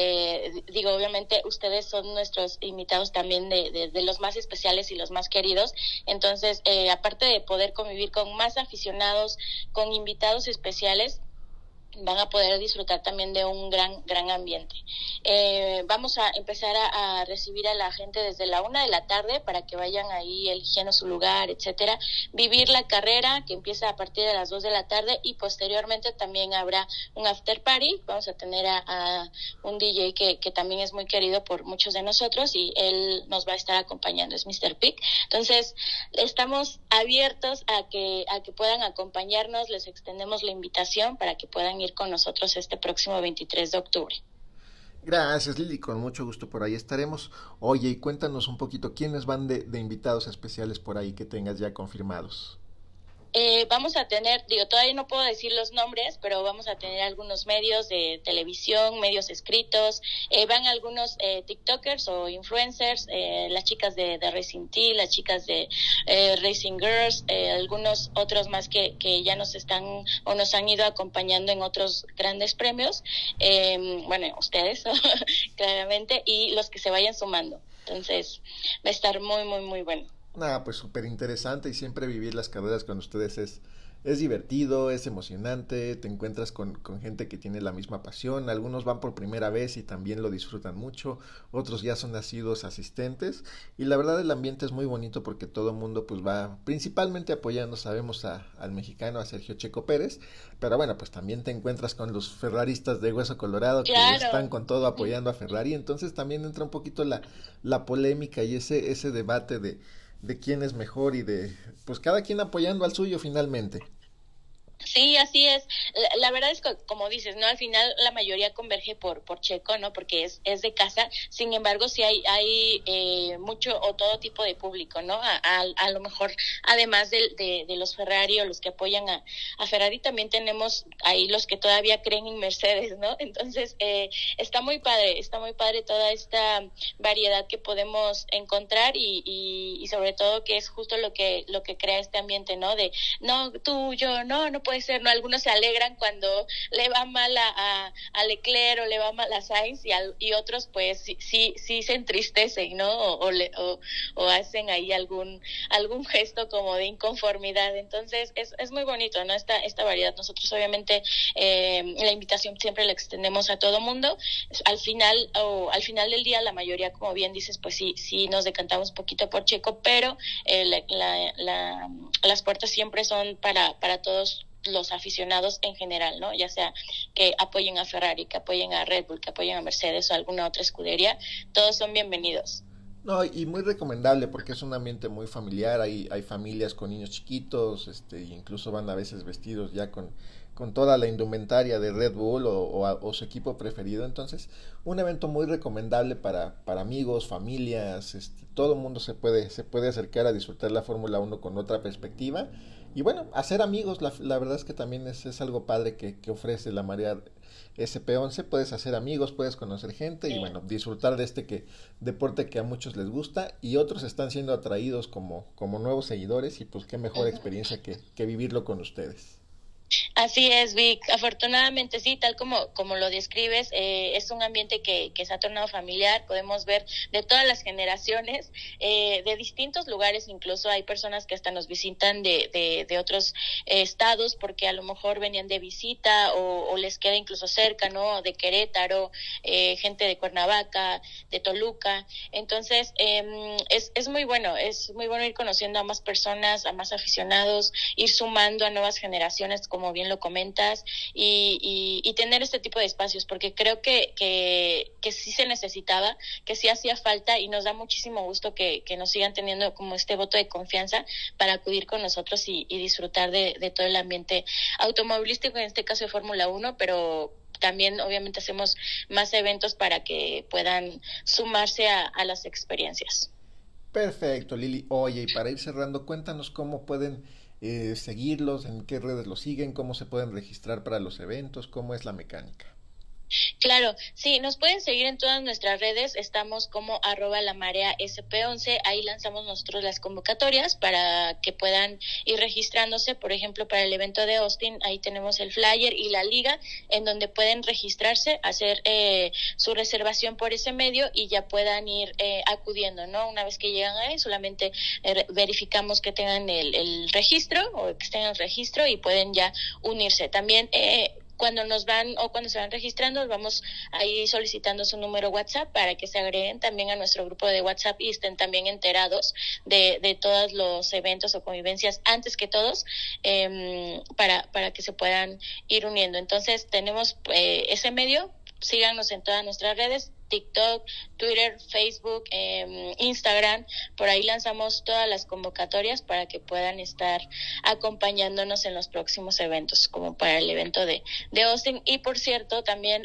obviamente ustedes son nuestros invitados también de los más especiales y los más queridos. Entonces, aparte de poder convivir con más aficionados, con invitados especiales, van a poder disfrutar también de un gran ambiente. Vamos a empezar a recibir a la gente desde la 1 de la tarde para que vayan ahí eligiendo su lugar, etcétera. Vivir la carrera que empieza a partir de las 2 de la tarde y posteriormente también habrá un after party. Vamos a tener a un DJ que también es muy querido por muchos de nosotros y él nos va a estar acompañando, es Mr. Pick. Entonces, estamos abiertos a que puedan acompañarnos, les extendemos la invitación para que puedan ir con nosotros este próximo 23 de octubre. Gracias, Lili, con mucho gusto por ahí estaremos. Oye, y cuéntanos un poquito, ¿quiénes van de invitados especiales por ahí que tengas ya confirmados? Vamos a tener, todavía no puedo decir los nombres, pero vamos a tener algunos medios de televisión, medios escritos, van algunos TikTokers o influencers, las chicas de Racing Tea, las chicas de Racing Girls, algunos otros más que ya nos están o nos han ido acompañando en otros grandes premios, ustedes, claramente, y los que se vayan sumando. Entonces, va a estar muy, muy, muy bueno. Pues súper interesante, y siempre vivir las carreras con ustedes es divertido, es emocionante, te encuentras con gente que tiene la misma pasión, algunos van por primera vez y también lo disfrutan mucho, otros ya son nacidos asistentes, y la verdad el ambiente es muy bonito porque todo el mundo pues va principalmente apoyando, sabemos al mexicano, a Sergio Checo Pérez, pero bueno, pues también te encuentras con los ferraristas de Hueso Colorado, claro, que están con todo apoyando a Ferrari, entonces también entra un poquito la polémica y ese debate de quién es mejor y de pues cada quien apoyando al suyo finalmente. Sí, así es. La verdad es que, como dices, ¿no? Al final la mayoría converge por Checo, ¿no? Porque es de casa. Sin embargo, sí hay mucho o todo tipo de público, ¿no? A lo mejor, además de los Ferrari o los que apoyan a Ferrari, también tenemos ahí los que todavía creen en Mercedes, ¿no? Entonces, está muy padre toda esta variedad que podemos encontrar y sobre todo que es justo lo que crea este ambiente, ¿no? De, no, tú, yo, no puede ser, ¿no? Algunos se alegran cuando le va mal a Leclerc o le va mal a Sainz y otros pues sí se entristecen, ¿no? O hacen ahí algún gesto como de inconformidad. Entonces es muy bonito, ¿no? Esta variedad. Nosotros obviamente la invitación siempre la extendemos a todo mundo. Al final del día la mayoría, como bien dices, pues sí nos decantamos un poquito por Checo, pero las puertas siempre son para todos los aficionados en general, ¿no? Ya sea que apoyen a Ferrari, que apoyen a Red Bull, que apoyen a Mercedes o alguna otra escudería, todos son bienvenidos. No, y muy recomendable porque es un ambiente muy familiar, hay familias con niños chiquitos, incluso van a veces vestidos ya con toda la indumentaria de Red Bull o su equipo preferido, entonces un evento muy recomendable para amigos, familias, todo el mundo se puede acercar a disfrutar la Fórmula 1 con otra perspectiva, y bueno, hacer amigos, la verdad es que también es algo padre que ofrece la Marea SP11, puedes hacer amigos, puedes conocer gente y bueno, disfrutar de deporte que a muchos les gusta y otros están siendo atraídos como nuevos seguidores, y pues qué mejor experiencia que vivirlo con ustedes. Así es, Vic. Afortunadamente sí, tal como lo describes, es un ambiente que se ha tornado familiar. Podemos ver de todas las generaciones, de distintos lugares. Incluso hay personas que hasta nos visitan de otros estados porque a lo mejor venían de visita o les queda incluso cerca, ¿no? De Querétaro, gente de Cuernavaca, de Toluca. Entonces, es muy bueno ir conociendo a más personas, a más aficionados, ir sumando a nuevas generaciones como como bien lo comentas, y tener este tipo de espacios, porque creo que sí se necesitaba, que sí hacía falta, y nos da muchísimo gusto que nos sigan teniendo como este voto de confianza para acudir con nosotros y disfrutar de todo el ambiente automovilístico, en este caso de Fórmula 1, pero también obviamente hacemos más eventos para que puedan sumarse a las experiencias. Perfecto, Lili. Oye, y para ir cerrando, cuéntanos cómo pueden seguirlos, en qué redes los siguen, cómo se pueden registrar para los eventos, cómo es la mecánica. Claro, sí, nos pueden seguir en todas nuestras redes, estamos como @lamareasp11, ahí lanzamos nosotros las convocatorias para que puedan ir registrándose, por ejemplo, para el evento de Austin, ahí tenemos el flyer y la liga, en donde pueden registrarse, hacer su reservación por ese medio y ya puedan ir acudiendo, ¿no? Una vez que llegan ahí, solamente verificamos que tengan el registro o que estén en el registro y pueden ya unirse. También cuando nos van o cuando se van registrando, vamos ahí solicitando su número WhatsApp para que se agreguen también a nuestro grupo de WhatsApp y estén también enterados de todos los eventos o convivencias antes que todos, para que se puedan ir uniendo. Entonces tenemos ese medio, síganos en todas nuestras redes, TikTok, Twitter, Facebook, Instagram, por ahí lanzamos todas las convocatorias para que puedan estar acompañándonos en los próximos eventos, como para el evento de Austin. Y por cierto, también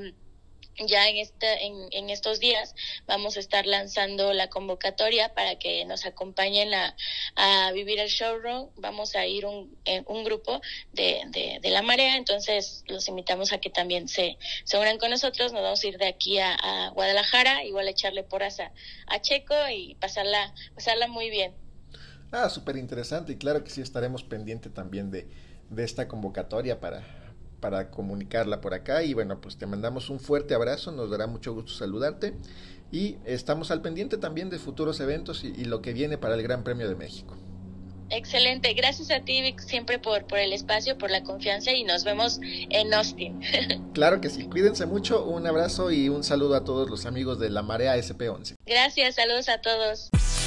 ya en estos días vamos a estar lanzando la convocatoria para que nos acompañen a vivir el showroom. Vamos a ir un grupo de La Marea, entonces los invitamos a que también se unan con nosotros. Nos vamos a ir de aquí a Guadalajara, igual a echarle porras a Checo y pasarla muy bien. Súper interesante, y claro que sí estaremos pendiente también de esta convocatoria para comunicarla por acá. Y bueno, pues te mandamos un fuerte abrazo, nos dará mucho gusto saludarte y estamos al pendiente también de futuros eventos y lo que viene para el Gran Premio de México. Excelente, gracias a ti, Vic, siempre por el espacio, por la confianza, y nos vemos en Austin. Claro que sí, cuídense mucho, un abrazo y un saludo a todos los amigos de La Marea SP11. Gracias, saludos a todos.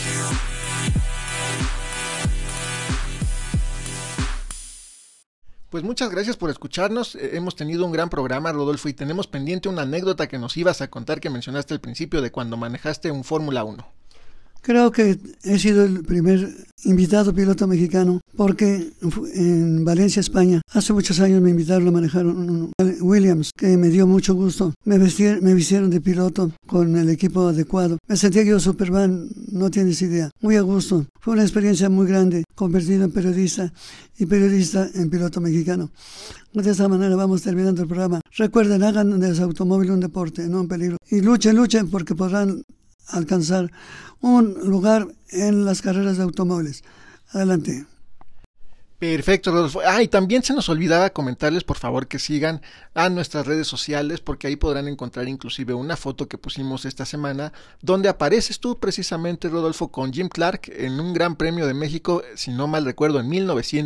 Pues muchas gracias por escucharnos, hemos tenido un gran programa, Rodolfo, y tenemos pendiente una anécdota que nos ibas a contar, que mencionaste al principio, de cuando manejaste un Fórmula 1. Creo que he sido el primer invitado piloto mexicano, porque en Valencia, España, hace muchos años me invitaron a manejar un Williams, que me dio mucho gusto. Me vistieron de piloto con el equipo adecuado. Me sentía yo Superman, no tienes idea. Muy a gusto. Fue una experiencia muy grande, convertido en periodista y periodista en piloto mexicano. De esta manera vamos terminando el programa. Recuerden, hagan de los automóviles un deporte, no un peligro. Y luchen porque podrán alcanzar un lugar en las carreras de automóviles. Adelante. Perfecto, Rodolfo. Y también se nos olvidaba comentarles, por favor, que sigan a nuestras redes sociales, porque ahí podrán encontrar inclusive una foto que pusimos esta semana, donde apareces tú precisamente, Rodolfo, con Jim Clark en un Gran Premio de México, si no mal recuerdo, en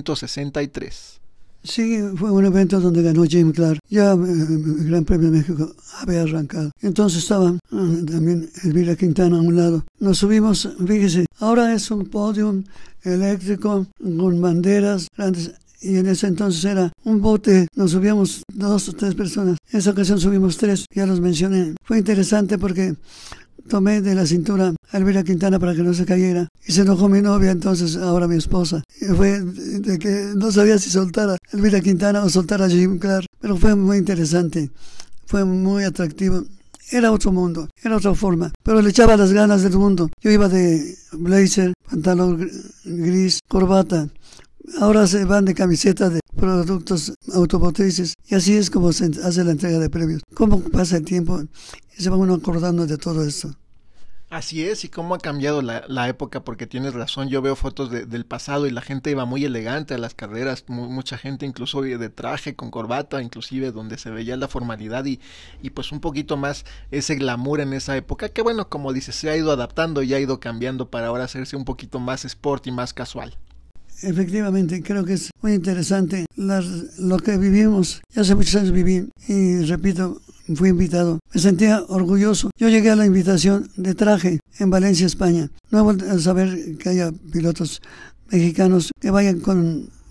1963. Sí, fue un evento donde ganó Jim Clark. Ya el Gran Premio de México había arrancado. Entonces estaba también Elvira Quintana a un lado. Nos subimos, fíjese, ahora es un podium eléctrico con banderas grandes. Y en ese entonces era un bote, nos subíamos 2 o 3 personas. En esa ocasión subimos 3, ya los mencioné. Fue interesante porque tomé de la cintura a Elvira Quintana para que no se cayera. Y se enojó mi novia, entonces ahora mi esposa. Y fue de que no sabía si soltar a Elvira Quintana o soltar a Jim Clark. Pero fue muy interesante, fue muy atractivo. Era otro mundo, era otra forma. Pero le echaba las ganas del mundo. Yo iba de blazer, pantalón gris, corbata. Ahora se van de camiseta de productos automotrices. Y así es como se hace la entrega de premios. Cómo pasa el tiempo y se va uno acordando de todo esto. Así es, y cómo ha cambiado la época, porque tienes razón, yo veo fotos del pasado y la gente iba muy elegante a las carreras, mucha gente incluso de traje, con corbata, inclusive donde se veía la formalidad y pues un poquito más ese glamour en esa época, que bueno, como dices, se ha ido adaptando y ha ido cambiando para ahora hacerse un poquito más sport y más casual. Efectivamente, creo que es muy interesante lo que vivimos. Ya hace muchos años viví y repito, fui invitado. Me sentía orgulloso. Yo llegué a la invitación de traje en Valencia, España. No he vuelto a saber que haya pilotos mexicanos que vayan con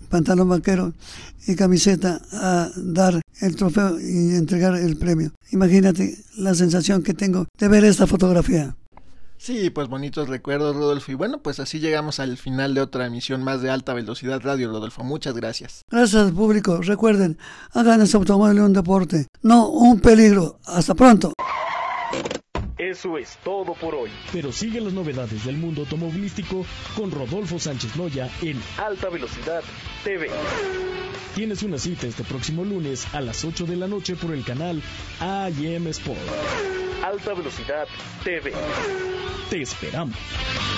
pantalón vaquero y camiseta a dar el trofeo y entregar el premio. Imagínate la sensación que tengo de ver esta fotografía. Sí, pues bonitos recuerdos, Rodolfo. Y bueno, pues así llegamos al final de otra emisión más de Alta Velocidad Radio, Rodolfo. Muchas gracias. Gracias al público. Recuerden, hagan este automóvil un deporte, no un peligro. Hasta pronto. Eso es todo por hoy. Pero sigue las novedades del mundo automovilístico con Rodolfo Sánchez Loya en Alta Velocidad TV. Tienes una cita este próximo lunes a las 8 de la noche por el canal AM Sport. Alta Velocidad TV. Te esperamos.